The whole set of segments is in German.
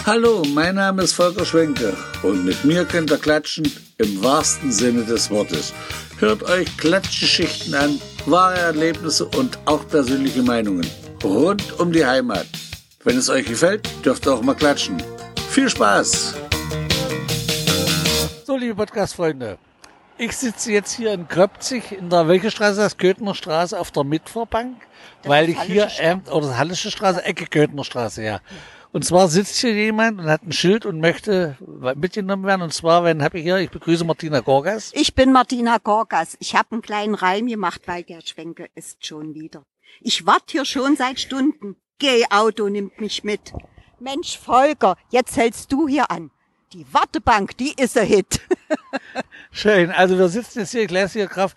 Hallo, mein Name ist Volker Schwenke und mit mir könnt ihr klatschen im wahrsten Sinne des Wortes. Hört euch Klatschgeschichten an, wahre Erlebnisse und auch persönliche Meinungen rund um die Heimat. Wenn es euch gefällt, dürft ihr auch mal klatschen. Viel Spaß! So, liebe Podcast-Freunde, ich sitze jetzt hier in Kröpzig in der welche Straße, das Köthener Straße auf der Mitfahrbank, weil ich hier, oder Hallische Straße, Ecke Köthener Straße, ja. Und zwar sitzt hier jemand und hat ein Schild und möchte mitgenommen werden. Und zwar, ich begrüße Martina Gorgas. Ich bin Martina Gorgas. Ich habe einen kleinen Reim gemacht, weil der Schwenke ist schon wieder. Ich warte hier schon seit Stunden. Geh-Auto nimmt mich mit. Mensch, Volker, jetzt hältst du hier an. Die Wartebank, die ist ein Hit. Schön. Also wir sitzen jetzt hier, ich lese hier Kraft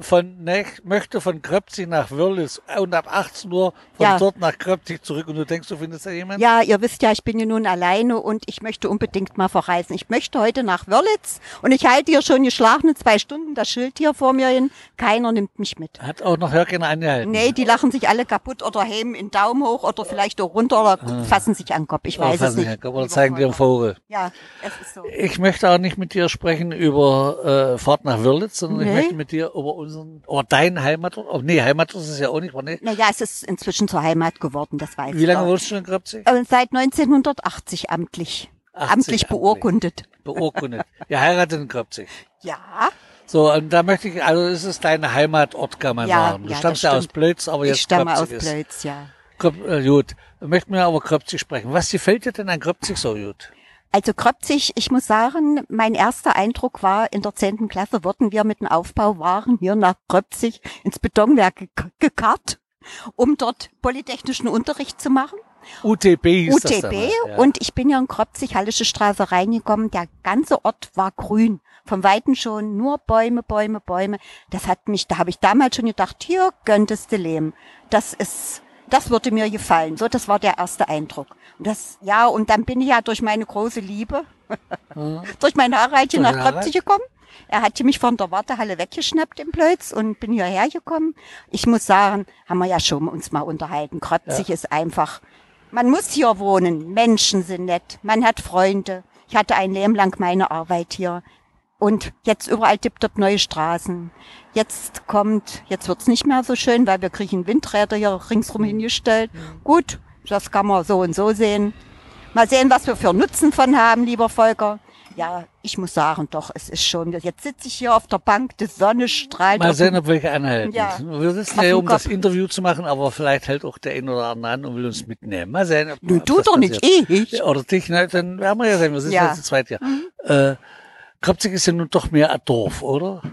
möchte von Kröpzig nach Wörlitz und ab 18 Uhr von dort nach Kröpzig zurück. Und du denkst, du findest da jemanden? Ja, ihr wisst ja, ich bin ja nun alleine und ich möchte unbedingt mal verreisen. Ich möchte heute nach Wörlitz und ich halte hier schon geschlagene 2 Stunden das Schild hier vor mir hin. Keiner nimmt mich mit. Hat auch noch keiner angehalten? Nee, die lachen sich alle kaputt oder heben den Daumen hoch oder vielleicht auch runter oder fassen sich an den Kopf. Ich weiß es nicht. Oder zeigen dir einen Vogel. Ja, es ist so. Ich möchte auch nicht mit dir sprechen über Fahrt nach Wörlitz, sondern ich möchte mit dir über dein Heimatort. Nee, Heimatort ist es ja auch nicht. Nee. Naja, es ist inzwischen zur Heimat geworden, das weiß ich. Wie lange wohnst du in Kröpzig? Seit 1980 amtlich. Amtlich beurkundet. Beurkundet. Ja, heiratet in Kröpzig. Ja. So, und da möchte ich, also ist es dein Heimatort, kann man sagen. Du stammst ja aus Plötz, aber jetzt Kröpzig ist. Ich stamme aus Plötz, ja. Gut. Wir möchten wir aber Kröpzig sprechen. Was gefällt dir denn an Kröpzig so gut? Also Kröpzig, ich muss sagen, mein erster Eindruck war, in der 10. Klasse wurden wir mit dem Aufbauwaren hier nach Kröpzig ins Betonwerk gekarrt, um dort polytechnischen Unterricht zu machen. UTB hieß das damals, ja. Und ich bin ja in Kröpzig, Hallische Straße reingekommen. Der ganze Ort war grün. Vom Weiten schon nur Bäume, Bäume, Bäume. Da habe ich damals schon gedacht, hier könntest du leben. Das würde mir gefallen. So, das war der erste Eindruck. Und dann bin ich ja durch meine große Liebe, durch meine Heirat nach Kröpzig gekommen. Er hat mich von der Wartehalle weggeschnappt im Plötz und bin hierher gekommen. Ich muss sagen, haben wir ja schon uns mal unterhalten. Kröpzig ist einfach, man muss hier wohnen. Menschen sind nett. Man hat Freunde. Ich hatte ein Leben lang meine Arbeit hier. Und jetzt überall tipptopp neue Straßen. Jetzt wird's nicht mehr so schön, weil wir kriegen Windräder hier ringsrum hingestellt. Gut, das kann man so und so sehen. Mal sehen, was wir für Nutzen von haben, lieber Volker. Ja, ich muss sagen, doch, es ist schon, jetzt sitze ich hier auf der Bank, die Sonne strahlt. Mal sehen, ob welche anhalten. Ja. Wir sitzen ja, um das Interview zu machen, aber vielleicht hält auch der ein oder andere an und will uns mitnehmen. Mal sehen. Du doch nicht, ich. Oder dich, dann werden wir ja sehen, wir sitzen jetzt zu zweit hier. Kröpzig ist ja nun doch mehr ein Dorf, oder?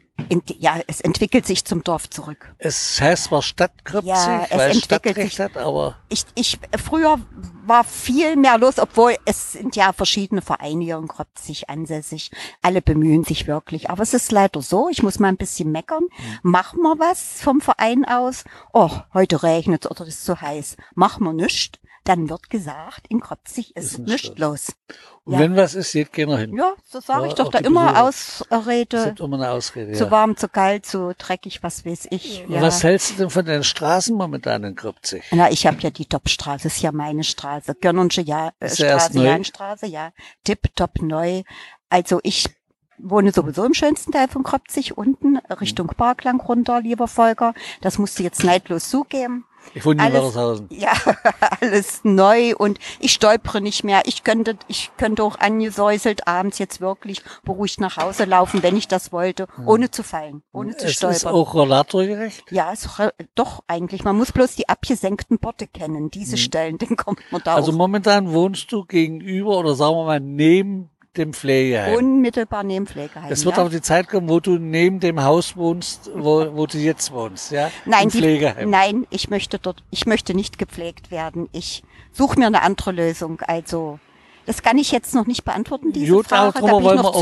Ja, es entwickelt sich zum Dorf zurück. Es heißt zwar Stadt Kröpzig, weil es Stadtrecht hat, aber... Früher war viel mehr los, obwohl es sind ja verschiedene Vereine hier in Kröpzig ansässig. Alle bemühen sich wirklich. Aber es ist leider so, ich muss mal ein bisschen meckern. Machen wir was vom Verein aus? Oh, heute regnet es oder ist zu heiß. Machen wir nichts. Dann wird gesagt, in Kröpzig ist nichts los. Und wenn was ist, geht keiner hin. Ja, so sage ich doch da immer Ausrede. Das ist immer eine Ausrede, ja. Zu warm, zu kalt, zu dreckig, was weiß ich. Ja. Was hältst du denn von den Straßen momentan in Kröpzig? Na, ich habe ja die Top-Straße, ist ja meine Straße. Görnernsche Straße, Jahnstraße, ja. Tipptopp neu. Also ich wohne sowieso im schönsten Teil von Kröpzig, unten Richtung Parklang runter, lieber Volker. Das musst du jetzt neidlos zugeben. Ich wohne in Wallershausen. Ja, alles neu und ich stolpere nicht mehr. Ich könnte auch angesäuselt abends jetzt wirklich beruhigt nach Hause laufen, wenn ich das wollte, ohne zu fallen, ohne zu stolpern. Ist auch rollatorgerecht? Ja, doch eigentlich. Man muss bloß die abgesenkten Borte kennen, diese Stellen, dann kommt man da Also momentan wohnst du gegenüber oder sagen wir mal neben dem Pflegeheim. Unmittelbar neben Pflegeheim. Es wird aber die Zeit kommen, wo du neben dem Haus wohnst, wo du jetzt wohnst, ja? Nein, im Pflegeheim. Nein, ich möchte nicht gepflegt werden. Ich suche mir eine andere Lösung. Also, das kann ich jetzt noch nicht beantworten, diese Frage. Da bin ich noch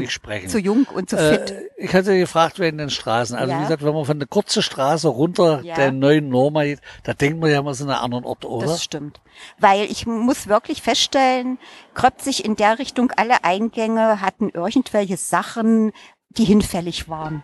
zu jung und zu fit. Ich hatte gefragt wegen den Straßen. Also wie gesagt, wenn man von der kurzen Straße runter der neuen Norma geht, da denkt man ja immer so einen anderen Ort, oder? Das stimmt. Weil ich muss wirklich feststellen, Kröpzig in der Richtung, alle Eingänge hatten irgendwelche Sachen, die hinfällig waren.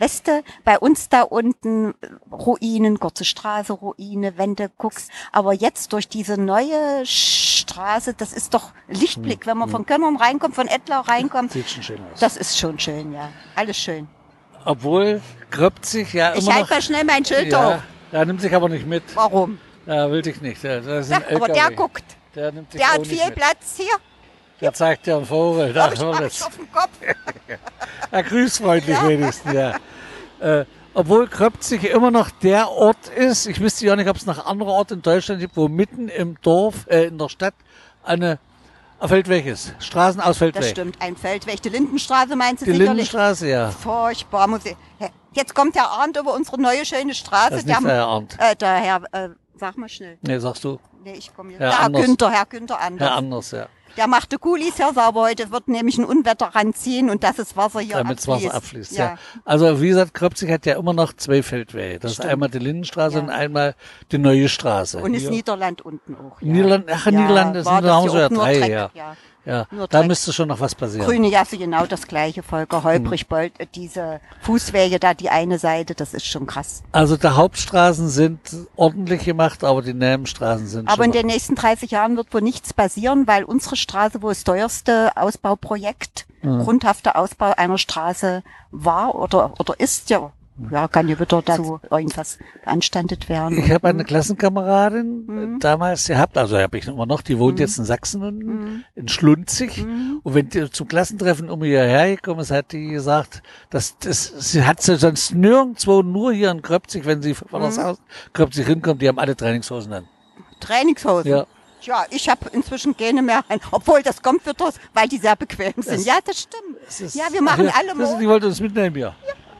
Weste, bei uns da unten Ruinen, Kurze Straße, Ruine, wenn du guckst. Aber jetzt durch diese neue Straße, das ist doch Lichtblick, wenn man von Gönnern reinkommt, von Ettlau reinkommt. Sieht schon schön aus. Das ist schon schön, ja. Alles schön. Obwohl Kröpzig ja Ich immer halte noch... mal schnell mein Schild hoch. Der nimmt sich aber nicht mit. Warum? Ja, will dich nicht. Das ist Ja, ein aber LKW. der guckt. Der nimmt dich Der auch hat nicht viel mit. Platz hier. Der zeigt dir einen Vogel. Da, Hab ich auf dem Kopf. Er grüßt freundlich wenigstens, ja. Obwohl Kröpzig immer noch der Ort ist, ich wüsste ja nicht, ob es noch andere Orte in Deutschland gibt, wo mitten im Dorf, in der Stadt, ein Feldweg ist. Straßen aus Feldweg. Das stimmt, ein Feldweg. Die Lindenstraße meinst du Die sicherlich? Lindenstraße, ja. Furchtbar. Jetzt kommt der Arndt über unsere neue schöne Straße. Das ist nicht der Herr Arndt. Der Herr, sag mal schnell. Nee, sagst du. Nee, ich komme jetzt. Herr Anders. Herr Günther Anders. Herr Anders, ja. Der macht die Kulis ja sauber. Heute wird nämlich ein Unwetter ranziehen und das ist Wasser hier Damit das Wasser abfließt, ja. Ja. Also wie gesagt, Kröpzig hat ja immer noch 2 Feldwege. Das ist einmal die Lindenstraße und einmal die Neue Straße. Und ist Hier. Niederland unten auch. Ja. Niederland war sind das da haben hier sie ja auch nur 3, Dreck, ja. Ja, Nur da Dreck. müsste schon noch was passieren. Grüne Jasse, genau das gleiche. Volker Holprich, diese Fußwege da, die eine Seite, das ist schon krass. Also die Hauptstraßen sind ordentlich gemacht, aber die Nebenstraßen sind Aber schon in den nächsten 30 Jahren wird wohl nichts passieren, weil unsere Straße, wo das teuerste Ausbauprojekt, grundhafter Ausbau einer Straße war oder ist, ja, kann ja wieder dazu irgendwas beanstandet werden. Ich habe eine Klassenkameradin damals gehabt, also habe ich immer noch, die wohnt jetzt in Sachsen unten, in Schlunzig. Und wenn die zum Klassentreffen hierher gekommen ist, hat die gesagt, sie hat sie sonst nirgendwo, nur hier in Kröpzig, wenn sie von das Haus Kröpzig hinkommt, die haben alle Trainingshosen an. Trainingshosen? Ja. Ja, ich habe inzwischen keine mehr an, obwohl das kommt wieder, weil die sehr bequem sind. Ja, das stimmt. Ja, wir machen alle Die morgen. wollte uns mitnehmen, ja.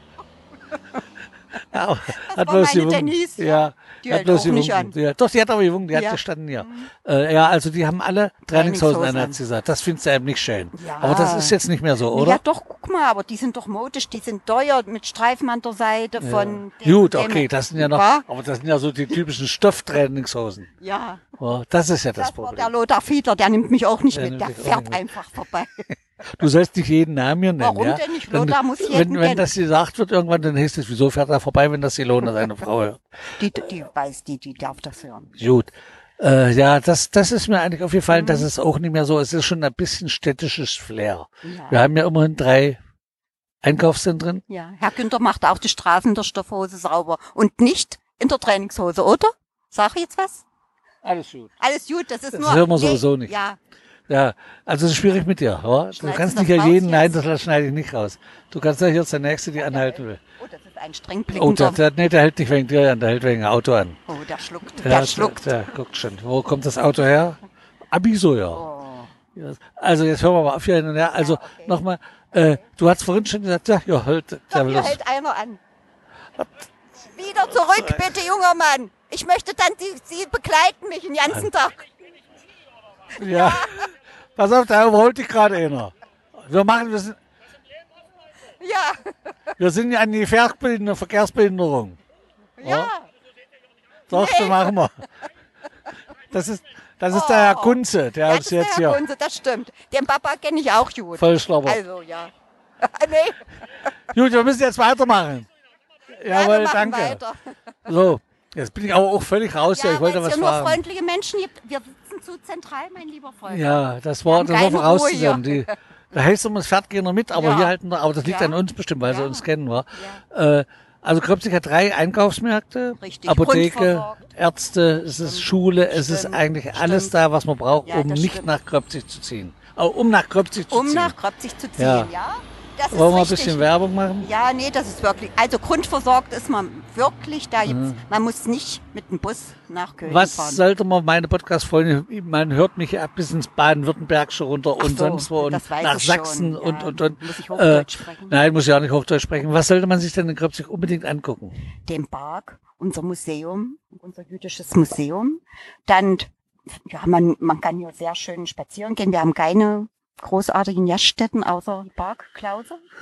Ja, hat war bloß meine gewunken. Denise, Ja, die hat hält bloß auch nicht gewunken. Ja, doch, die hat aber gewunken, die hat Ja. gestanden, ja. Ja, also die haben alle Trainingshosen an, Trainingshosen hat sie gesagt. Das findest du eben nicht schön. Ja. Aber das ist jetzt nicht mehr so, oder? Ja, doch, guck mal, aber die sind doch modisch, die sind teuer mit Streifen an der Seite von Gut, dem- okay, das sind ja noch, Ja? aber das sind ja so die typischen Stofftrainingshosen. Ja, Ja, das ist ja das das war Problem. der Lothar Fiedler, der nimmt mich auch nicht Der mit, nimmt der dich auch fährt nicht mit. einfach vorbei. Du sollst nicht jeden Namen hier nennen, Warum ja? denn nicht? Dann- Lothar muss jeden wenn kennen. das gesagt wird irgendwann, dann heißt es, wieso fährt er vorbei, wenn das Ilona seine Frau hört? Die weiß, die darf das hören. Gut. Ja, das ist mir eigentlich aufgefallen, dass es auch nicht mehr so, es ist schon ein bisschen städtisches Flair. Ja. Wir haben ja immerhin 3 Einkaufszentren. Ja, Herr Günther macht auch die Straßen in der Stoffhose sauber und nicht in der Trainingshose, oder? Sag ich jetzt was? Alles gut. Alles gut, das ist Das nur... hören wir sowieso nicht. Ja, Ja, also das ist schwierig mit dir. Ja? Du Schneidest kannst du nicht das ja raus jeden, nein, jetzt? das schneide ich nicht raus. Du kannst ja jetzt der Nächste, die anhalten will. oh, das ist ein Oh, strengblickender... der hält nicht wegen dir an, der hält wegen dem Auto an. Oh, der schluckt, Ja, der schluckt. Der guckt schon. Wo kommt das Auto her? Abiso, ja. Oh. Ja. Also jetzt hören wir mal auf hier hin und her. Also okay. nochmal, du hast vorhin schon gesagt, ja, halt, der Doch, will hier das. hält einer an. Wieder zurück, bitte, junger Mann. Ich möchte dann, Sie begleiten mich den ganzen Tag. Ja. Pass auf, da überholt dich gerade einer. Wir sind ja an die Verkehrsbehinderung. Ja. Doch, das machen wir. Das ist der Herr Kunze, der Ja, uns das ist jetzt der Herr hier Kunze, das stimmt. Den Papa kenne ich auch gut. voll schlauber. Also, ja. Nee, Gut, wir müssen jetzt weitermachen. ja, wir Jawohl, machen danke. weiter. So, jetzt bin ich aber auch völlig raus. Ja, ich wollte weil es was hier nur fragen. freundliche Menschen gibt. Wir sitzen zu zentral, mein lieber Freund. Ja, das war haben keine vorauszusehen. Ruhe Da heißt immer, es fährt keiner mit, aber Ja. hier halten wir, aber das liegt Ja. an uns bestimmt, weil sie Ja. uns kennen, war. Also Kröpzig hat 3 Einkaufsmärkte, Richtig, Apotheke, grundversorgt. Ärzte, es ist Schule, es ist Stimmt, eigentlich alles stimmt. da, was man braucht, Ja, um das nicht stimmt. nach Kröpzig zu ziehen. Um nach Kröpzig zu Um ziehen. nach Kröpzig zu ziehen, Ja. ja. Das ist Wollen wir ein richtig. bisschen Werbung machen? Ja, nee, das ist wirklich, also grundversorgt ist man wirklich, da gibt's, man muss nicht mit dem Bus nach Köln Was fahren. sollte man meine Podcast-Folge, man hört mich ab bis ins Baden-Württembergische runter und so, sonst wo und das weiß nach ich schon, Sachsen ja. und. Muss ich Hochdeutsch sprechen? Nein, muss ja auch nicht Hochdeutsch sprechen. Was sollte man sich denn in Kröpzig unbedingt angucken? Den Park, unser Museum, unser jüdisches Museum. Dann, ja, man kann hier sehr schön spazieren gehen. Wir haben keine großartigen Gaststätten außer die Parkklause.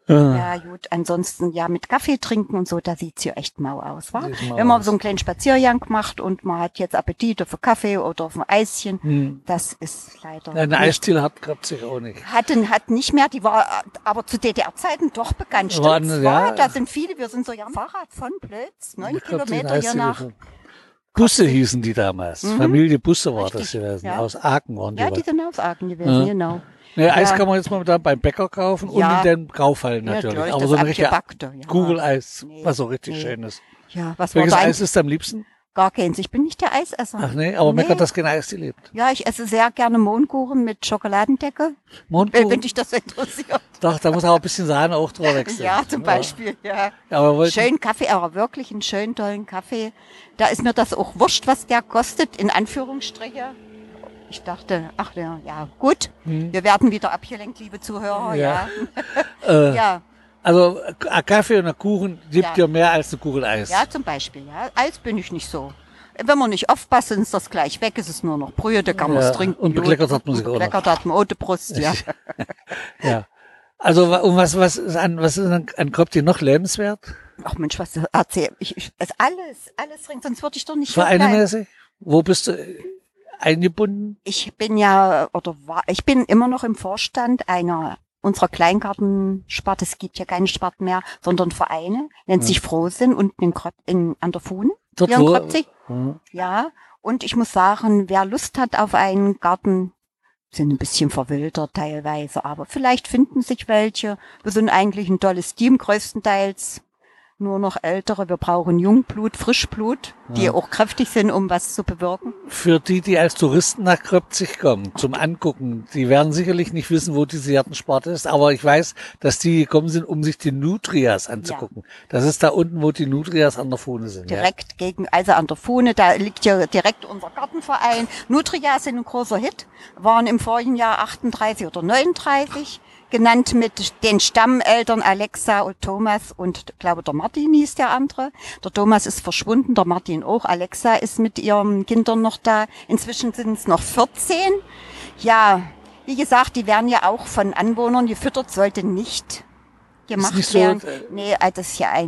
Ja, gut, ansonsten ja mit Kaffee trinken und so, da sieht's hier echt mau aus, wa? Sieht mau Wenn man aus. so einen kleinen Spaziergang macht und man hat jetzt Appetit auf einen Kaffee oder auf ein Eischen, das ist leider Eine nicht. Eisdiele hat Kröpzig auch nicht. Hat nicht mehr, die war aber zu DDR-Zeiten doch bekannt. Waren, Stimmt's, ja. wa? Da sind viele, wir sind so ja Fahrrad von Plötz, 9 Ich glaub, die Kilometer hier Eisdiele nach. von- Busse hießen die damals. Familie Busse war Richtig, das gewesen. ja. Aus Aachen waren die. Ja, die sind aus Aachen gewesen, genau. Ja, Eis Ja. kann man jetzt mal da beim Bäcker kaufen Ja. und in den Kaufhallen natürlich. natürlich, Aber das so ein richtiger abgebackte, ja. Kugeleis, Nee, was so richtig nee. schön ist. Ja, was war Welches dein? Eis ist am liebsten? Gar keins. Ich bin nicht der Eisesser. Ach nee, aber Nee. meckert, dass kein Eis die liebt. Ja, ich esse sehr gerne Mohnkuchen mit Schokoladendecke, wenn Mondkuchen? dich das interessiert. Doch, da muss auch ein bisschen Sahne auch drüber wechseln. Ja, zum Beispiel, ja. Ja, aber wollten, Schön Kaffee, aber wirklich einen schönen, tollen Kaffee. Da ist mir das auch wurscht, was der kostet, in Anführungsstriche. Ich dachte, ach ja, gut. Wir werden wieder abgelenkt, liebe Zuhörer, ja. Ja, also ein Kaffee und ein Kuchen gibt Ja. dir mehr als eine Kugel Eis. ja, zum Beispiel, ja. Eis bin ich nicht so. Wenn man nicht aufpasst, dann ist das gleich weg, ist es nur noch Brühe, da kann man Ja, es trinken. und bekleckert hat man sich auch noch. Bekleckert hat man auch die Brust, ja. Ja. Also und was ist an Kopti noch lebenswert? Ach Mensch, was du erzählst. Also alles drin, sonst würde ich doch nicht hier bleiben. Vereinemäßig? Wo bist du eingebunden? Ich bin immer noch im Vorstand unserer Kleingartensparte. Es gibt ja keine Sparten mehr, sondern Vereine, nennt sich Frohsinn unten an der Fuhne. Dort Hier in wo- Kröpzig. Mhm. Ja, und ich muss sagen, wer Lust hat auf einen Garten, sind ein bisschen verwildert teilweise, aber vielleicht finden sich welche. Wir sind eigentlich ein tolles Team, größtenteils nur noch Ältere. Wir brauchen Jungblut, Frischblut, die auch kräftig sind, um was zu bewirken. Für die als Touristen nach Kröpzig kommen, zum Angucken, die werden sicherlich nicht wissen, wo diese Gartensparte ist, aber ich weiß, dass die gekommen sind, um sich die Nutrias anzugucken. Das ist da unten, wo die Nutrias an der Fuhne sind. Direkt also an der Fuhne, da liegt ja direkt unser Gartenverein. Nutria sind ein großer Hit, waren im vorigen Jahr 38 oder 39, genannt mit den Stammeltern Alexa und Thomas und ich glaube der Martin hieß der andere. Der Thomas ist verschwunden, der Martin auch. Alexa ist mit ihren Kindern noch da. Inzwischen sind es noch 14. Ja, wie gesagt, die werden ja auch von Anwohnern gefüttert, sollte nicht gemacht nicht so, werden. Nee, das ist ja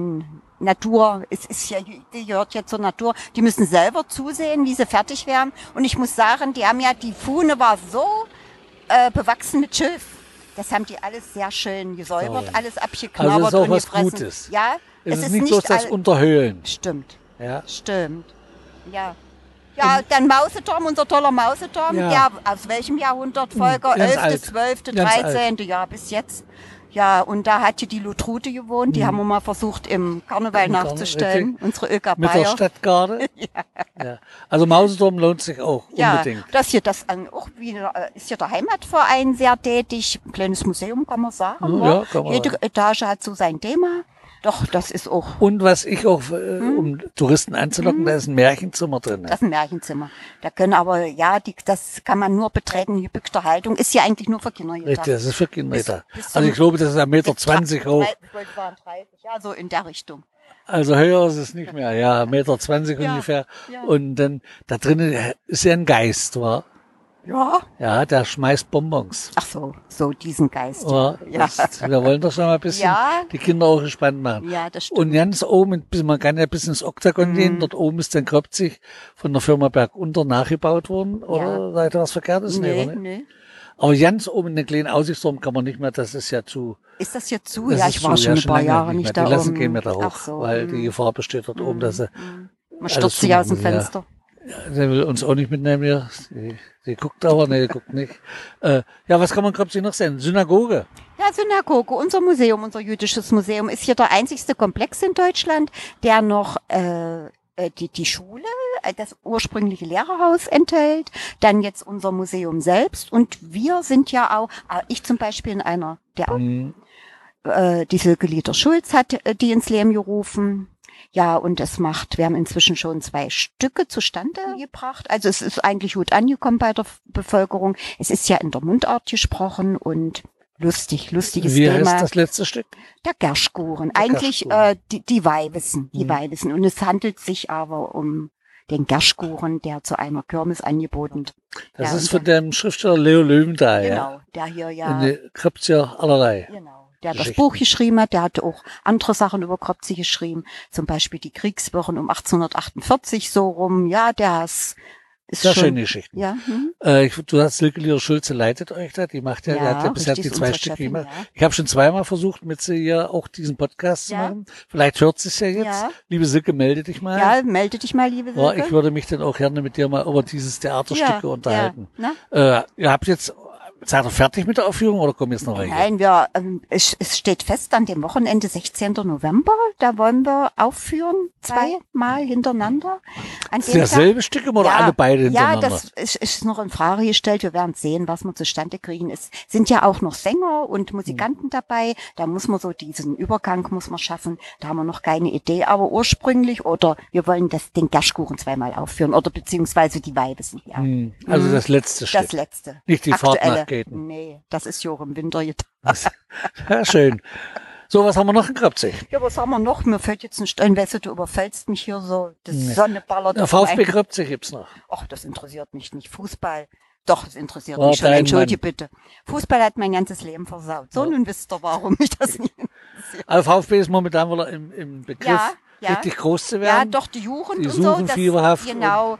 die gehört ja zur Natur. Die müssen selber zusehen, wie sie fertig werden. Und ich muss sagen, die Fuhne war so bewachsen mit Schilf. Das haben die alles sehr schön gesäubert, Toll. alles abgeknabbert Also es ist auch und was gefressen. Gutes. Ja, Es ist nicht bloß das all- Unterhöhlen. Stimmt, Ja. stimmt. Ja. Ja, dann Mauseturm, unser toller Mauseturm, Ja. der aus welchem Jahrhundert, Volker? Ganz 11., alt. 12., Ganz 13., ja, bis jetzt. Ja, und da hat ja die Lutrute gewohnt, die haben wir mal versucht im Karneval Im Karneval, nachzustellen, richtig. unsere Ilka Mit der Bayer. Stadtgarde. Ja. Also Mauseturm lohnt sich auch unbedingt. Das hier, auch wieder, ist ja der Heimatverein sehr tätig. Ein kleines Museum, kann man sagen. Ja, wa? kann man Jede sagen. Etage hat so sein Thema. Doch, das ist auch, Und was ich auch, um Touristen anzulocken, da ist ein Märchenzimmer drin. das ist ein Märchenzimmer. Da können aber, ja, das kann man nur betreten, in gebückter Haltung. Ist ja eigentlich nur für Kinder gedacht. Richtig, das ist für Kinder. Bis Also zum- ich glaube, das ist 1,20 Meter hoch. Ich wollte sagen 30, ja, so in der Richtung. Also höher ist es nicht mehr, ja, 1,20 Meter Ja, ungefähr. ja. Und dann, da drinnen ist ja ein Geist, wa? Ja. Ja, der schmeißt Bonbons. Ach so diesen Geist. Wa? Ja. Wir wollen doch schon mal ein bisschen Ja. die Kinder auch gespannt machen. Ja, das stimmt. Und ganz oben, man kann ja bis ins Oktagon gehen, dort oben ist dann Kröpzig von der Firma Bergunter nachgebaut worden, oder? Seid ihr was Verkehrtes? Nee, oder? nee. Aber ganz oben in den kleinen Aussichtsturm kann man nicht mehr, das ist ja zu. Ist das jetzt zu? Das Ja, ist ich war zu, schon ja, ein paar lange Jahre nicht da mehr. Die lassen oben. gehen mehr da hoch, Ach so, weil die Gefahr besteht dort oben, dass sie Man alles stürzt sich aus dem zumachen, ja. Fenster. Der will uns auch nicht mitnehmen hier. Die guckt aber, nee, die guckt nicht. Ja, was kann man Kröpzig noch sehen? Synagoge. Ja, Synagoge, unser Museum, unser jüdisches Museum, ist hier der einzigste Komplex in Deutschland, der noch die Schule, das ursprüngliche Lehrerhaus enthält, dann jetzt unser Museum selbst. Und wir sind ja auch, ich zum Beispiel in einer, die Silke Lieder-Schulz hat die ins Leben gerufen. Ja, und wir haben inzwischen schon 2 Stücke zustande gebracht. Also es ist eigentlich gut angekommen bei der Bevölkerung. Es ist ja in der Mundart gesprochen und lustiges Wie Thema. heißt das letzte Stück? Der Gerschkuchen. Eigentlich die Weihwissen, Und es handelt sich aber um den Gerschkuchen, der zu einer Kirmes angeboten. Das Ja, ist und von dem Schriftsteller Leo Löwenthal, ja. Genau, der hier ja. Und die Kröpziger allerlei. Genau. der das Geschichten. Buch geschrieben hat. Der hatte auch andere Sachen über Kröpzig geschrieben. Zum Beispiel die Kriegswirren um 1848 so rum. Ja, der ist Sehr schon, schöne Geschichten. Ja, Du hast Silke Lieder-Schulze leitet euch da, die macht ja, die hat ja bisher richtig, die ist 2 unsere Stück Chefin, gemacht. ja. Ich habe schon zweimal versucht, mit sie ja auch diesen Podcast zu Ja. machen. Vielleicht hört sie es ja jetzt. Ja. Liebe Silke, melde dich mal. Ja, melde dich mal, liebe Ja, Silke. ich würde mich dann auch gerne mit dir mal über dieses Theaterstücke unterhalten. Ja, ne? Ihr habt jetzt, seid ihr fertig mit der Aufführung oder kommen jetzt noch welche? Nein, es steht fest an dem Wochenende, 16. November. Da wollen wir aufführen, 2-mal hintereinander. An Ist dem dasselbe Stück immer oder Ja, alle beide Ja, hintereinander? das ist noch in Frage gestellt. Wir werden sehen, was wir zustande kriegen. Es sind ja auch noch Sänger und Musikanten dabei. Da muss man so diesen Übergang muss man schaffen. Da haben wir noch keine Idee. Aber ursprünglich oder wir wollen den Gerschkuchen 2-mal aufführen oder beziehungsweise die Weibesen. Ja. Also das letzte Stück. Das letzte. Nicht die Fahrt Aktuelle. nach Gaten. Nee, das ist ja auch im Winter getan. Ja, schön. So, was haben wir noch in Kröpzig? Ja, was haben wir noch? Mir fällt jetzt ein Stein, weißt du überfällst mich hier so. Die Sonne ballert Der auf VfB mein- Kröpzig gibt's noch. Ach, das interessiert mich nicht. Fußball. Doch, es interessiert War mich schon. dein Entschuldige bitte. Fußball hat mein ganzes Leben versaut. So, nun wisst ihr, warum mich das nicht interessiert. Also VfB ist momentan wieder im Begriff, Ja. richtig groß zu Ja, werden. doch, die Jugend Die und so. suchen Das, fieberhaft genau.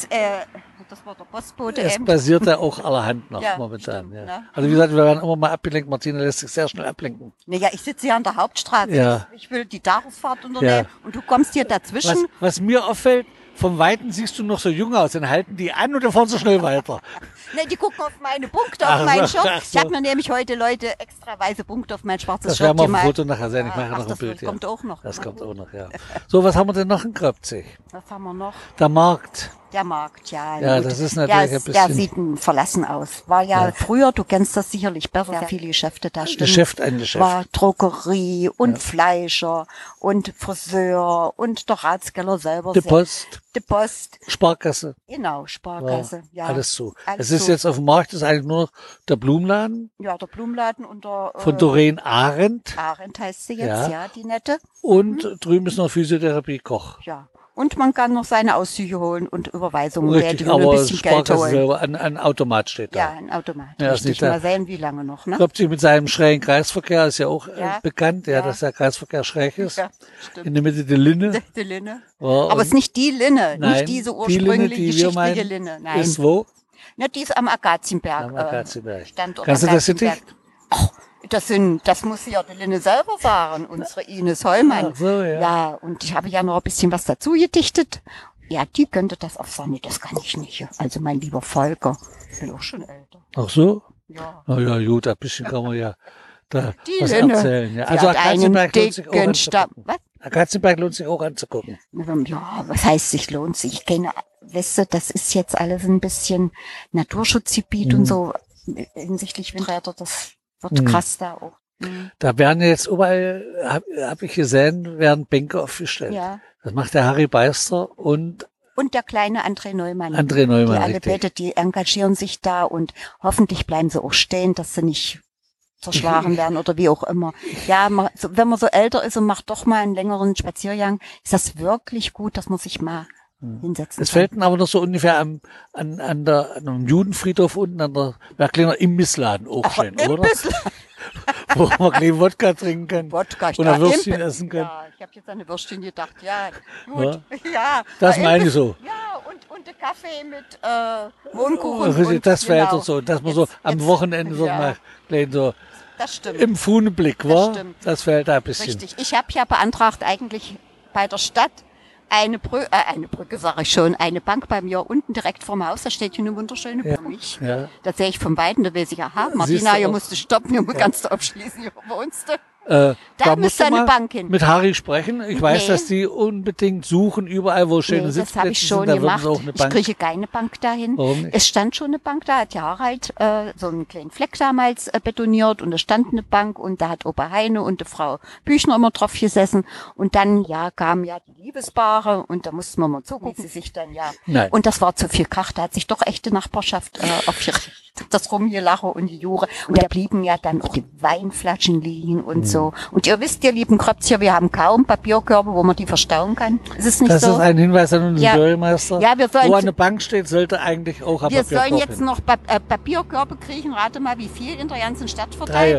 Das war der Postbote Es eben. passiert ja auch allerhand noch Ja, momentan. stimmt, Ja. ne? Also wie gesagt, wir werden immer mal abgelenkt. Martina lässt sich sehr schnell ablenken. Naja, ich sitze hier an der Hauptstraße. Ja. Ich will die Tagesfahrt unternehmen und du kommst hier dazwischen. Was mir auffällt, vom Weiten siehst du noch so jung aus, dann halten die an und dann fahren sie schnell weiter. Ne, die gucken auf meine Punkte, Ach auf mein so, Shirt. ach so. Ich habe mir nämlich heute, Leute, extra weiße Punkte auf mein schwarzes Das Shirt werden wir auf dem gemalt. Foto nachher sehen. Ich mache Ach, noch ein das Bild. kommt auch noch. Das Na kommt gut. auch noch, ja. So, was haben wir denn noch in Kröpzig? Was haben wir noch? Der Markt. Der Markt, ja. Ja, gut. das ist natürlich ein Der bisschen- sieht verlassen aus. War ja, früher, du kennst das sicherlich besser, sehr viele Geschäfte da stimmt. Geschäft, ein Geschäft. War Drogerie und Fleischer und Friseur und der Ratskeller selber. Die Post, Die Post, Sparkasse. genau, Sparkasse, ja. Alles zu. Alles Es ist zu. jetzt auf dem Markt, ist eigentlich nur noch der Blumenladen Ja, der Blumenladen und der von Doreen Arendt. Arendt heißt sie jetzt, Ja. ja, die nette. Und drüben ist noch Physiotherapie Koch. Ja. Und man kann noch seine Auszüge holen und Überweisungen Richtig, tätigen und ein aber bisschen Geld Sparkasse holen. selber, ein Automat steht da. Ja, ein Automat. Ja, ist Richtig. nicht da. Mal sehen, wie lange noch, ne? Kröpzig mit seinem schrägen Kreisverkehr ist ja auch Ja. bekannt, Ja. dass der Kreisverkehr schräg ist. Ja, stimmt. In der Mitte die Linne. Die Linne. Ja, Aber und es ist nicht die Linne, nein, nicht diese die ursprüngliche Linne, die wir geschichtliche meinen, Linne. Nein. ist wo? Ne, die ist am Agazienberg. Am Agazienberg. Standort Kannst du das Agazienberg. gedicht? Das muss ja die Linne selber sagen, unsere Ines Hollmann. Ach so, ja. Ja, und ich habe ja noch ein bisschen was dazu gedichtet. Ja, die könnte das auf Sonne, das kann ich nicht. Also mein lieber Volker, ich bin auch schon älter. Ach so? Ja. Na ja, gut, ein bisschen kann man ja da Die was Linne. erzählen. Ja. Sie Also hat einen Agazienberg lohnt sich auch dicken Stamm. anzugucken. Was? Agazienberg lohnt sich auch anzugucken. Ja, was heißt sich lohnt sich? Keine, weißt du, das ist jetzt alles ein bisschen Naturschutzgebiet und so hinsichtlich Windräder, das wird krass da auch. Da werden jetzt überall, hab ich gesehen, werden Bänke aufgestellt. Ja. Das macht der Harry Beister und Und der kleine André Neumann. André Neumann, Die alle richtig. beide, die engagieren sich da und hoffentlich bleiben sie auch stehen, dass sie nicht zerschlagen werden oder wie auch immer. Ja, wenn man so älter ist und macht doch mal einen längeren Spaziergang, ist das wirklich gut, dass man sich mal hinsetzen Es kann. fällt aber noch so ungefähr an einem Judenfriedhof unten an der Bergliner Imbissladen auch schön, oder? Wo man kleinen Wodka trinken kann Wodka, und ein Würstchen essen kann. Ja, ich habe jetzt an eine Würstchen gedacht. Ja, gut. Ja, Das meine ich so. Ja, und der Kaffee mit Mohnkuchen. Richtig, und, das fällt genau. doch so, dass man so am Wochenende so ja, mal gleich so das stimmt. im Fuhneblick war. stimmt. Das fällt da ein bisschen. Richtig. Ich habe ja beantragt eigentlich bei der Stadt eine Brücke, sage ich schon, eine Bank bei mir unten direkt vorm Haus. Da steht hier eine wunderschöne Bank für mich. Ja. Da sehe ich von Weitem, da weiß ich, aha, Siehst Martina, du hier auch. musst du stoppen, hier kannst du abschließen, hier wohnst du. Da Da musst müsste du eine mal Bank hin. mit Harry sprechen. Ich weiß, Nee. dass die unbedingt suchen, überall, wo schöne Nee, das Sitzplätze habe ich schon sind, da würden gemacht. sie auch eine Ich Bank. kriege keine Bank dahin. Warum nicht? Es stand schon eine Bank da, hat ja Harald so einen kleinen Fleck damals betoniert und da stand eine Bank und da hat Opa Heine und die Frau Büchner immer drauf gesessen und dann kam ja die Liebespaare und da mussten wir mal zugucken, wie sie sich dann Nein. und das war zu viel Krach, da hat sich doch echte Nachbarschaft aufgerichtet. Das Rumgelache und die Jure. Und da blieben ja dann auch die Weinflaschen liegen und so. Und ihr wisst, ihr lieben Kröpzchen, wir haben kaum Papierkörbe, wo man die verstauen kann. Ist es nicht Das so? ist ein Hinweis an unseren Ja. Bürgermeister. Ja, wir sollen wo eine Bank steht, sollte eigentlich auch ein Wir sollen Papierkorb jetzt hin. noch Papierkörbe kriegen. Rate mal, wie viel in der ganzen Stadt Drei. verteilt?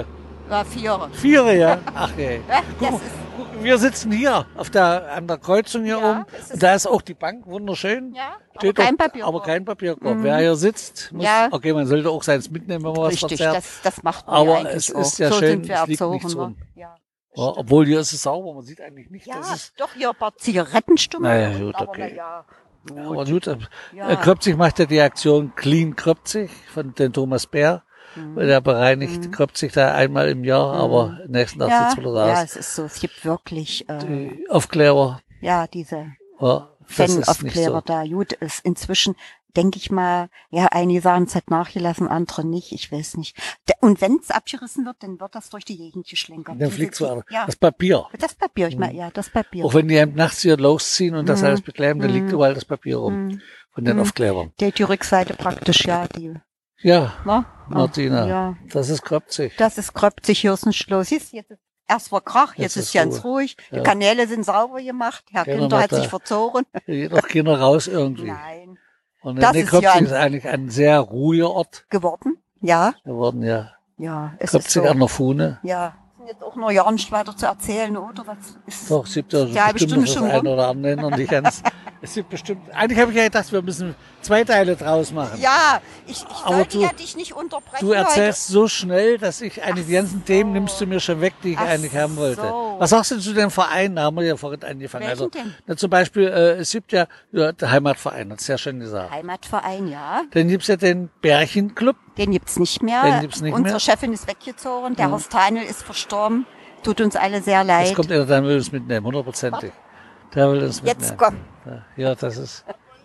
Ja, 4. 4, ja. Ach ey. Ja, Guck das mal, wir sitzen hier an der Kreuzung hier Ja, oben. es ist- Und da ist auch die Bank wunderschön. Ja, aber Steht kein doch- Papierkorb. Aber kein Papierkorb. Wer hier sitzt, muss, Ja. okay, man sollte auch seins mitnehmen, wenn man was Richtig, verzehrt. das macht man Aber ja eigentlich es auch. ist ja so schön, sind wir es liegt erzogen. nichts ne? rum. Ja. Ja, obwohl hier ist es sauber, man sieht eigentlich nicht, Ja, das ist. doch, hier ein paar Zigarettenstummel. Naja, gut, aber okay. na ja, Aber gut, Ja. Kröpzig macht ja die Aktion Clean Kröpzig von den Thomas Bär. Der bereinigt Kröpzig da einmal im Jahr, aber nächsten Tag ja, sieht's wieder ja, raus. es ist so, es gibt wirklich, Die Aufklärer, ja, diese ja, das ist nicht Fan-Aufklärer so. da. Gut, ist inzwischen, denke ich mal, ja, einige sagen, es hat nachgelassen, andere nicht, ich weiß nicht. Und wenn es abgerissen wird, dann wird das durch die Gegend geschlenkert. Dann Diese- fliegt so ja, das Papier. das Papier, ich meine, ja, das Papier. Auch wenn die eben nachts hier losziehen und das alles beklemmen, dann liegt überall das Papier rum. Von den Aufklärern. Die Rückseite praktisch, ja, die, Ja, ne? Martina, Ja. das ist Kröpzig. Das ist Kröpzig, hier ist ein Schloss. Siehst du, jetzt ist erst war Krach, jetzt ist ganz ruhig. Die Kanäle sind sauber gemacht. Herr Gehen wir Günther mal hat da. sich verzogen. Hier geht doch keiner raus irgendwie. Nein. Und Das nee, ist Kröpzig ja ein- ist eigentlich ein sehr ruhiger Ort Geworden? Ja. geworden, ja. Ja, es ist Kröpzig so. an der Fuhne. Ja. Sind jetzt auch noch ja nicht weiter zu erzählen, oder? Was ist Doch, es gibt ja die halbe bestimmt noch Stunde das schon eine rum? oder andere, noch nicht ganz. Es gibt bestimmt, eigentlich habe ich ja gedacht, wir müssen 2 Teile draus machen. Ja, ich Aber sollte du- ja dich nicht unterbrechen. Du erzählst so schnell, dass ich eigentlich die ganzen Themen nimmst du mir schon weg, die ich Ach eigentlich haben wollte. so. Was sagst du zu dem Verein? Da haben wir ja vorhin angefangen. Welchen Also, denn? na, zum Beispiel, es gibt ja der Heimatverein, hat's ja schon gesagt. Heimatverein, ja. Dann gibt's ja den Bärchenclub. Den gibt's nicht mehr. Den gibt's nicht Unsere mehr. Chefin ist weggezogen. Der Horst Heinl ist verstorben. Tut uns alle sehr Jetzt leid. kommt einer, der will uns mitnehmen, 100%ig. Der will uns mitnehmen. Jetzt komm. Ja, das ist.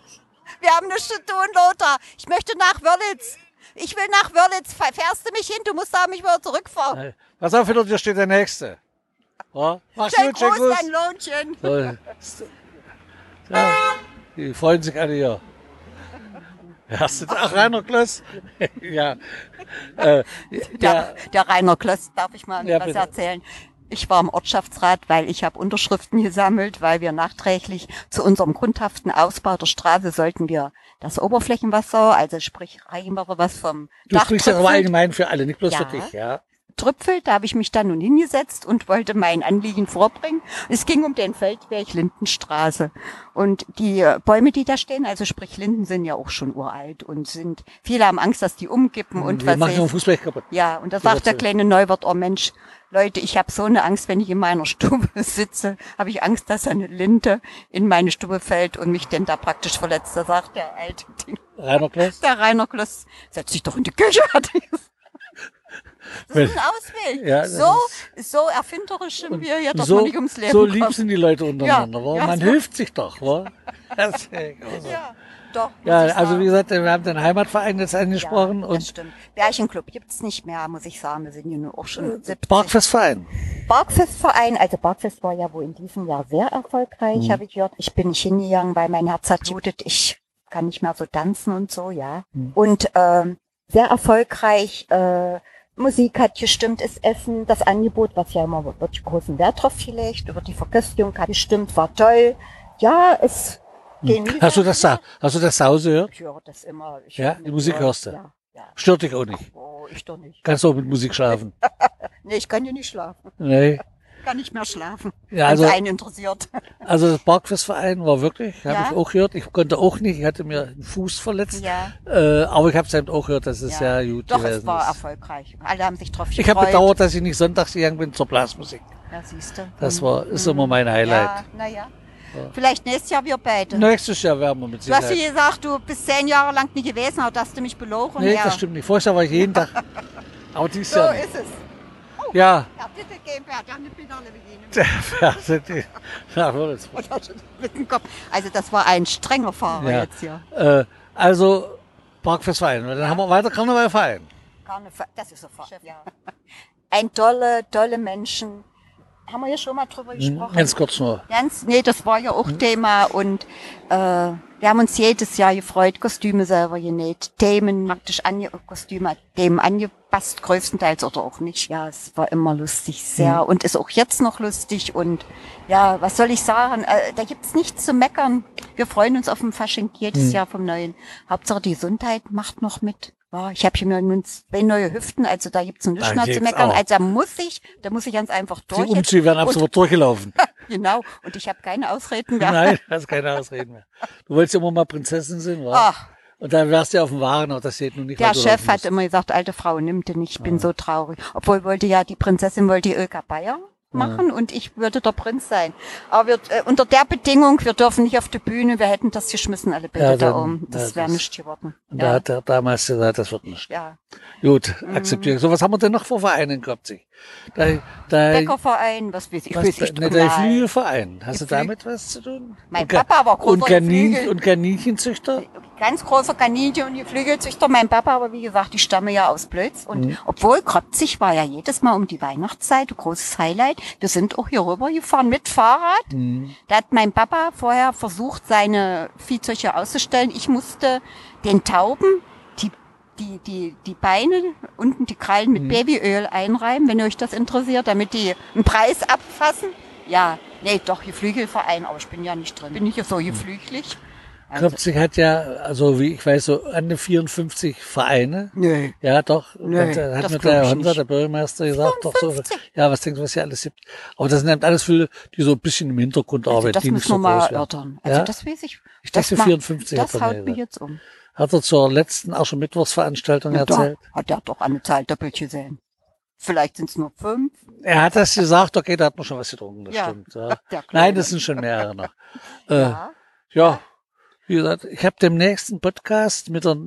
Wir haben nichts zu tun, Lothar. Ich möchte nach Wörlitz. Ich will nach Wörlitz. Fährst du mich hin? Du musst da mich wieder zurückfahren. Pass auf, hinter dir steht der Nächste. Ja, mach's Schön gut, schön groß, gut. dein Lohnchen. So. Ja, die freuen sich alle hier. Hast du da Rainer Kloss? Ja. Der Rainer Kloss, darf ich mal Ja, was bitte. erzählen? Ich war im Ortschaftsrat, weil ich habe Unterschriften gesammelt, weil wir nachträglich zu unserem grundhaften Ausbau der Straße sollten wir das Oberflächenwasser, also sprich Regenwasser, was vom Du Dach sprichst ja aber tröpfelt, allgemein für alle, nicht bloß Ja. für dich, ja. tröpfelt. Da habe ich mich dann nun hingesetzt und wollte mein Anliegen vorbringen. Es ging um den Feldweg Lindenstraße. Und die Bäume, die da stehen, also sprich Linden, sind ja auch schon uralt und sind, viele haben Angst, dass die umkippen und Wir was machen weiß den Fußball kaputt. ja, und da sagt der kleine Neuwirth, oh Mensch, Leute, ich habe so eine Angst, wenn ich in meiner Stube sitze, habe ich Angst, dass eine Linde in meine Stube fällt und mich denn da praktisch verletzt. Da sagt der alte Ding, Rainer Kloss? der Rainer Kloss, setz dich doch in die Küche. Hat er gesagt. Das ist ein Ausweg. Ja, das so erfinderisch sind wir hier, dass so, man nicht ums Leben so kommt. lieb sind die Leute untereinander, Ja, wa? ja, Man so. hilft sich doch, wa? Das ist ja großartig. Ja, doch. muss Ja, ich also sagen. wie gesagt, wir haben den Heimatverein jetzt ja, angesprochen das und stimmt. Bärchenclub gibt's nicht mehr, muss ich sagen. Wir sind ja nur auch schon 70. Barkfestverein. Barkfestverein, also Barkfest war ja wohl in diesem Jahr sehr erfolgreich, habe ich gehört. Ich bin nicht hingegangen, weil mein Herz hat blutet. Ich kann nicht mehr so tanzen und so, ja. Und sehr erfolgreich. Musik hat gestimmt, das Essen, das Angebot, was ja immer wirklich großen Wert drauf gelegt, über die Verköstigung hat gestimmt, war toll. Ja, es genießt. Hast du das zu Hause gehört? Ich höre das immer. Ich Ja, höre die mit, Musik hörst du? Ja, ja. Stört dich auch nicht. Oh, ich doch nicht. Kannst du auch mit Musik schlafen? Nee, ich kann ja nicht schlafen. Nee. Kann nicht mehr schlafen. Ja, Wenn's also- einen interessiert. Also das Barkfestverein war wirklich, habe Ja. ich auch gehört. Ich konnte auch nicht, ich hatte mir den Fuß verletzt. Ja. Aber ich habe es eben auch gehört, dass es sehr gut Doch, gewesen es war ist. erfolgreich. Alle haben sich drauf gefreut. Ich habe bedauert, dass ich nicht sonntags gegangen bin zur Blasmusik. Ja, siehst du. Das ist immer mein Highlight. Ja, naja. Vielleicht nächstes Jahr wir beide. Nächstes Jahr werden wir mit Du hast Sicherheit. dir gesagt, du bist 10 Jahre lang nicht gewesen, aber dass du mich belogen. Nee, ja. das stimmt nicht. Vorher war ich jeden Tag. Aber dieses So Jahr nicht. ist es. Ja, Ja, bitte gehen wir. Ja, nicht wieder bedienen. der Fernseh. Ja, Wörlitz. Mit dem Kopf. Also das war ein strenger Fahrer Ja. jetzt hier. Also Parkfestverein. Und dann haben wir weiter Karnevalverein. Das ist sofort. Ja. Ein tolle Menschen. Haben wir ja schon mal drüber gesprochen. Ganz kurz nur. Nee, das war ja auch Thema und wir haben uns jedes Jahr gefreut, Kostüme selber genäht, Themen praktisch Kostüme, Themen passt größtenteils oder auch nicht. Ja, es war immer lustig, sehr. Und ist auch jetzt noch lustig. Und ja, was soll ich sagen? Da gibt's nichts zu meckern. Wir freuen uns auf den Fasching jedes Jahr vom Neuen. Hauptsache die Gesundheit macht noch mit. Ja, ich habe hier nun 2 neue Hüften, also da gibt's nichts mehr zu meckern. Auch. Also da muss ich ganz einfach durch. Die Umzüge werden absolut durchgelaufen. Genau. Und ich habe keine Ausreden mehr. Nein, du hast keine Ausreden mehr. Du wolltest ja immer mal Prinzessin sein, wa? Ach. Und dann wärst du ja auf dem Waren, aber das steht nun nicht. Der Chef hat immer gesagt, alte Frau, nimm den nicht, ich bin so traurig. Obwohl die Prinzessin wollte die Ilka Bayer machen und ich würde der Prinz sein. Aber unter der Bedingung, wir dürfen nicht auf die Bühne, wir hätten das geschmissen, alle Bilder da oben. Das wäre nicht geworden. Und da hat er damals gesagt, das wird nicht. Ja. Gut, akzeptiere. So, was haben wir denn noch für Vereine in Kopzig? Bäckerverein, was weiß ich, der Flügelverein. Hast du damit was zu tun? Mein Papa war großer Flügel. Und Kaninchenzüchter? Ganz großer Kaninchen und Geflügelzüchter. Mein Papa, aber wie gesagt, ich stamme ja aus Blötz. Und obwohl Kopzig war ja jedes Mal um die Weihnachtszeit ein großes Highlight. Wir sind auch hier rüber gefahren mit Fahrrad. Da hat mein Papa vorher versucht, seine Viehzeuge auszustellen. Ich musste den Tauben die Beine, unten die Krallen mit Babyöl einreiben, wenn euch das interessiert, damit die einen Preis abfassen. Ja, nee, doch, Geflügelverein, aber ich bin ja nicht drin. Bin ich ja so geflügelig. Kopzig hat ja, also wie ich weiß, so an die 54 Vereine. Nö. Ja, doch. Nö, da hat das mir glaub der ich Honser, nicht. der Bürgermeister, gesagt, 54? doch so. Ja, was denkst du, was hier alles gibt? Aber das sind alles für die so ein bisschen im Hintergrund Also arbeiten, das die nicht müssen so wir mal groß werden. erörtern. Also Ja? das weiß ich. Ich dachte, 54 Das hat er mir haut mich gesagt. jetzt um. Hat er zur letzten Aschermittwochsveranstaltung erzählt? Da hat er doch eine Zahl doppelt gesehen. Vielleicht sind es nur 5. Er hat das gesagt, okay, da hat man schon was getrunken, das Ja. stimmt. Ja. Der Kleine. Nein, das sind schon mehrere noch. Ja. Ja, wie gesagt, ich habe demnächst einen Podcast mit der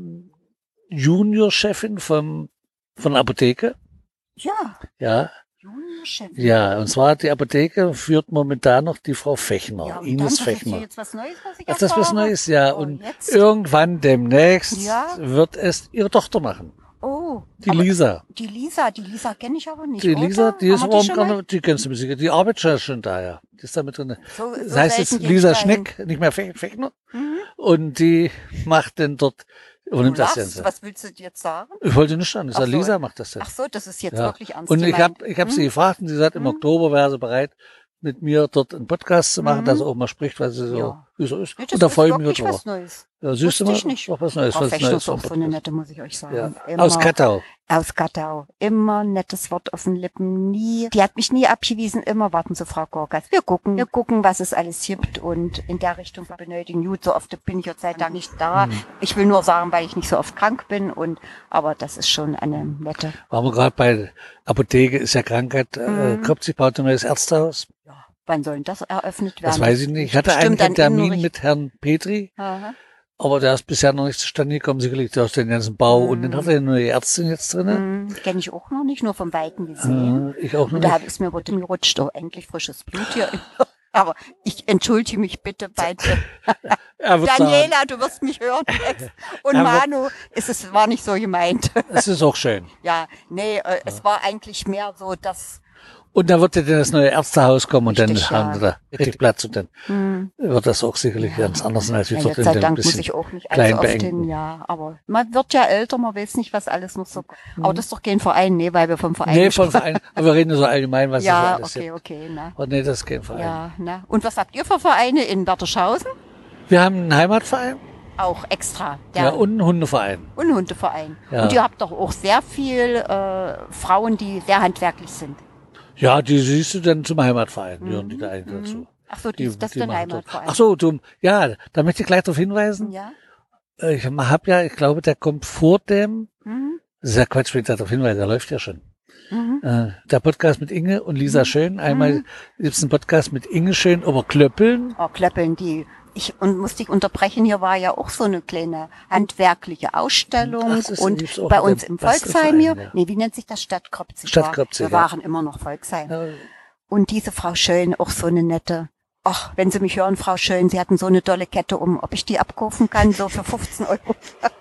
Juniorchefin von Apotheke. Ja. Ja, Juniorchef. ja, und zwar die Apotheke führt momentan noch die Frau Fechner, Ja, und Ines dann, das ist Fechner. hier jetzt was Neues, was ich Ach, das ist was erfahre? Neues, ja. Oh, Und jetzt? irgendwann demnächst Ja. wird es ihre Tochter machen. Oh. Die aber Lisa. Die Lisa kenne ich aber nicht. Die Lisa, oder? die ist Haben wir aber schon mal? die kennst du sicher. Die arbeitet schon da, ja. Die ist da mit drin. So Das heißt jetzt selten gehe ich Lisa dahin. Schneck, nicht mehr Fechner. Und die macht denn dort, Du übernimmt das lachst, Ganze. was willst du jetzt sagen? Ich wollte nicht sagen, ich sag, Ach so. Lisa macht das Ach jetzt. so, das ist jetzt Ja. wirklich ernst Und ich gemeint. hab sie gefragt und sie sagt, im Oktober wäre sie bereit, mit mir dort einen Podcast zu machen, dass sie auch mal spricht, was sie so, Ja. wie so ist. Nee, das Und da ist freue ich mich wirklich drüber. was Neues. Ja, siehst du Wusste mal, ich nicht. doch was Neues, Frau was Fechner Neues ist auch vom so eine Podcast. nette, muss ich euch sagen. Ja. Immer Aus Kattau. Aus Kattau. Immer ein nettes Wort auf den Lippen. Nie. Die hat mich nie abgewiesen. Immer warten Sie, Frau Gorgas. Wir gucken, was es alles gibt. Und in der Richtung benötigen. Gut, so oft bin ich ja Zeit lang nicht da. Ich will nur sagen, weil ich nicht so oft krank bin. Aber das ist schon eine nette. Waren wir gerade bei Apotheke, ist ja Krankheit, Kopzig baut ein neues Ärztehaus. Ja. Wann soll denn das eröffnet werden? Das weiß ich nicht. Ich hatte Bestimmt eigentlich einen an Termin Innenricht- mit Herrn Petri, Aha. aber der ist bisher noch nicht zustande gekommen, sicherlich durch den ganzen Bau. Und dann hat er eine neue Ärztin jetzt drin. Kenne ich auch noch nicht, nur vom Weiten gesehen. Ich auch noch Und da nicht. ist mir über den gerutscht. Oh, endlich frisches Blut hier. Aber ich entschuldige mich bitte bei Er wird sagen, Daniela, du wirst mich hören. Und Aber- Manu, war nicht so gemeint. es ist auch schön. Ja, nee, es war eigentlich mehr so, dass, Und dann wird ja dann das neue Ärztehaus kommen und Richtig, dann haben sie da richtig Platz und dann wird das auch sicherlich ganz anders sein als wie ja, dort jetzt in sei dem Dank muss bisschen ich auch nicht klein allzu oft beengten. hin, ja. Aber man wird ja älter, man weiß nicht, was alles noch so, aber das ist doch kein Verein, nee, weil wir vom Verein Nee, von sprechen. Verein, aber wir reden nur so allgemein, was Ja, es so alles okay, gibt. na. Aber nee, das ist kein Verein. Ja, na. Und was habt ihr für Vereine in Werterschausen? Wir haben einen Heimatverein Auch extra. ja, und einen Hundeverein. Und einen Hundeverein. Ja. Und ihr habt doch auch sehr viel Frauen, die sehr handwerklich sind. Ja, die siehst du dann zum Heimatverein, gehören die da eigentlich dazu. Ach so, das ist der machen so. Heimatverein. Ach so, ja, da möchte ich gleich darauf hinweisen. Ja. Ich habe ja, ich glaube, der kommt vor dem, das ist ja Quatsch, wenn ich darauf hinweise, der läuft ja schon. Der Podcast mit Inge und Lisa Schön. Einmal gibt's einen Podcast mit Inge Schön über Klöppeln. Oh, Klöppeln, und musste ich unterbrechen, hier war ja auch so eine kleine handwerkliche Ausstellung. Ach, das und gibt's auch bei mit uns dem im Volksheim hier, Bastelverein, ja. nee, wie nennt sich das? Stadt Kopzig. Stadt Kopzig, Wir ja. waren immer noch Volksheim. Ja. Und diese Frau Schön, auch so eine nette. Ach, wenn Sie mich hören, Frau Schön, Sie hatten so eine tolle Kette um, ob ich die abkaufen kann, so für 15 Euro.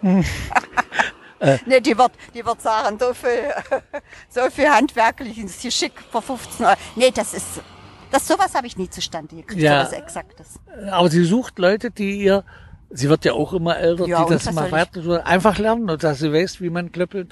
Nee, die wird sagen, so viel handwerklich, ist hier schick für 15 Euro. Nee, sowas habe ich nie zustande gekriegt, Ja. sowas Exaktes. Aber sie sucht Leute, sie wird ja auch immer älter, Ja, die das und was mal soll weiter tun, einfach lernen und dass sie weiß, wie man Klöppeln tut.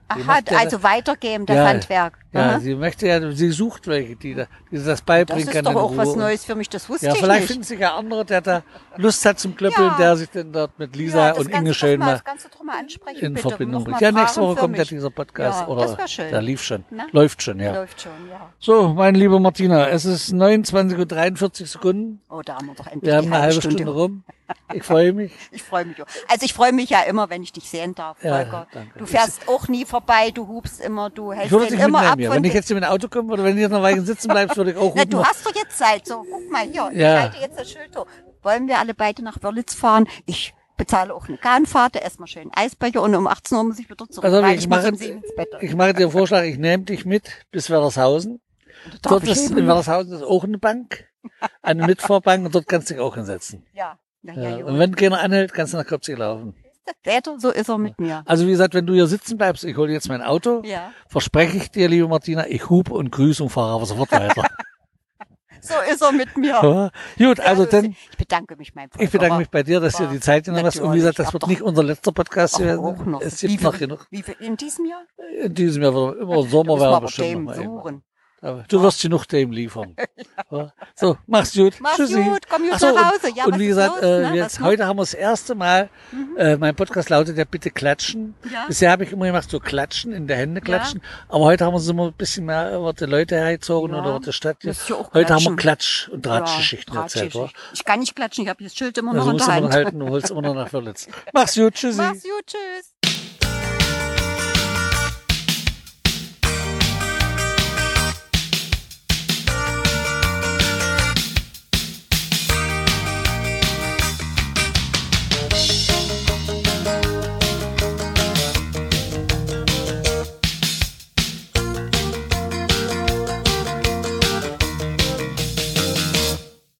Die Aha, macht ja, also weitergeben, das Ja, Handwerk. ja, Aha. sie sucht welche, die das Das beibringen ist kann. doch in auch was Ruhe. Neues für mich, das wusste Ja, ich vielleicht nicht. finden sich ja andere, der da Lust hat zum Klöppeln, Ja. der sich dann dort mit Lisa das und kannst Inge du schön mal das kannst du doch mal ansprechen, in bitte. Verbindung Noch bringt. mal Ja, nächste fragen Woche für kommt ja mich. dieser Podcast. Ja, oder das wär schön. der lief schon. Na? Läuft schon, ja. Läuft schon, ja. So, meine liebe Martina, es ist 29:43 Oh, da haben wir doch endlich Wir haben die eine halbe Stunde rum. Ich freue mich. Ich freue mich auch. Also ich freue mich ja immer, wenn ich dich sehen darf, Ja, Volker. danke. Du fährst auch nie vorbei, du hupst immer, du Ich hältst würde den dich immer ab mitnehmen. von Wenn ich den- jetzt hier mit dem Auto komme oder wenn du jetzt noch Weile sitzen bleibst, würde ich auch Na, rufen. du hast doch jetzt Zeit. So, guck mal hier. Ja. Ich halte jetzt das Schild hoch. Wollen wir alle beide nach Wörlitz fahren? Ich bezahle auch eine Kahnfahrt, erstmal schön Eisbecher und um 18 Uhr muss ich wieder zurück, Also weil ich muss mache, um 7 ins Bett. ich mache dir einen Vorschlag, ich nehme dich mit bis Werdershausen. Darf Dort ich ist, eben? in Werdershausen ist auch eine Bank, eine Mitfahrbank und dort kannst du dich auch hinsetzen. Ja. Na, Ja. ja, Und wenn keiner anhält, kannst du nach Kopzig laufen. Väter, so ist er mit mir. Also wie gesagt, wenn du hier sitzen bleibst, ich hole jetzt mein Auto, Ja. verspreche ich dir, liebe Martina, ich hupe und grüße und fahre aber sofort weiter. So ist er mit mir. Ja. Gut, also Ja, dann, ich bedanke mich, mein Volker. ich bedanke mich bei dir, dass du dir die Zeit genommen hast. Und wie gesagt, das Natürlich, wird hab nicht unser letzter Podcast Ach, werden. auch noch. Es Wie gibt viel- noch genug. Wie viel, in diesem Jahr? In diesem Jahr wird immer Sommer Da müssen wir werden aber bestimmt Themen noch mal. suchen. Aber du wirst genug Themen liefern. Ja. So, mach's gut. Mach's Tschüssi. gut, komm gut Ach so, nach Hause. Ja, und was wie ist gesagt, los, ne? jetzt Was noch? heute haben wir das erste Mal, mein Podcast lautet ja bitte klatschen. Ja. Bisher habe ich immer gemacht so klatschen, in der Hände klatschen. Aber heute haben wir so ein bisschen mehr über die Leute hergezogen Ja. oder über die Stadt. Müsst ihr auch Heute haben wir klatschen. Klatsch- und Drahtgeschichten erzählt. Wa? Ich kann nicht klatschen, ich habe das Schild immer noch Also in musst der du noch Hand. halten, du holst immer noch nach Wörlitz. Mach's gut, tschüssi. Mach's gut, tschüss.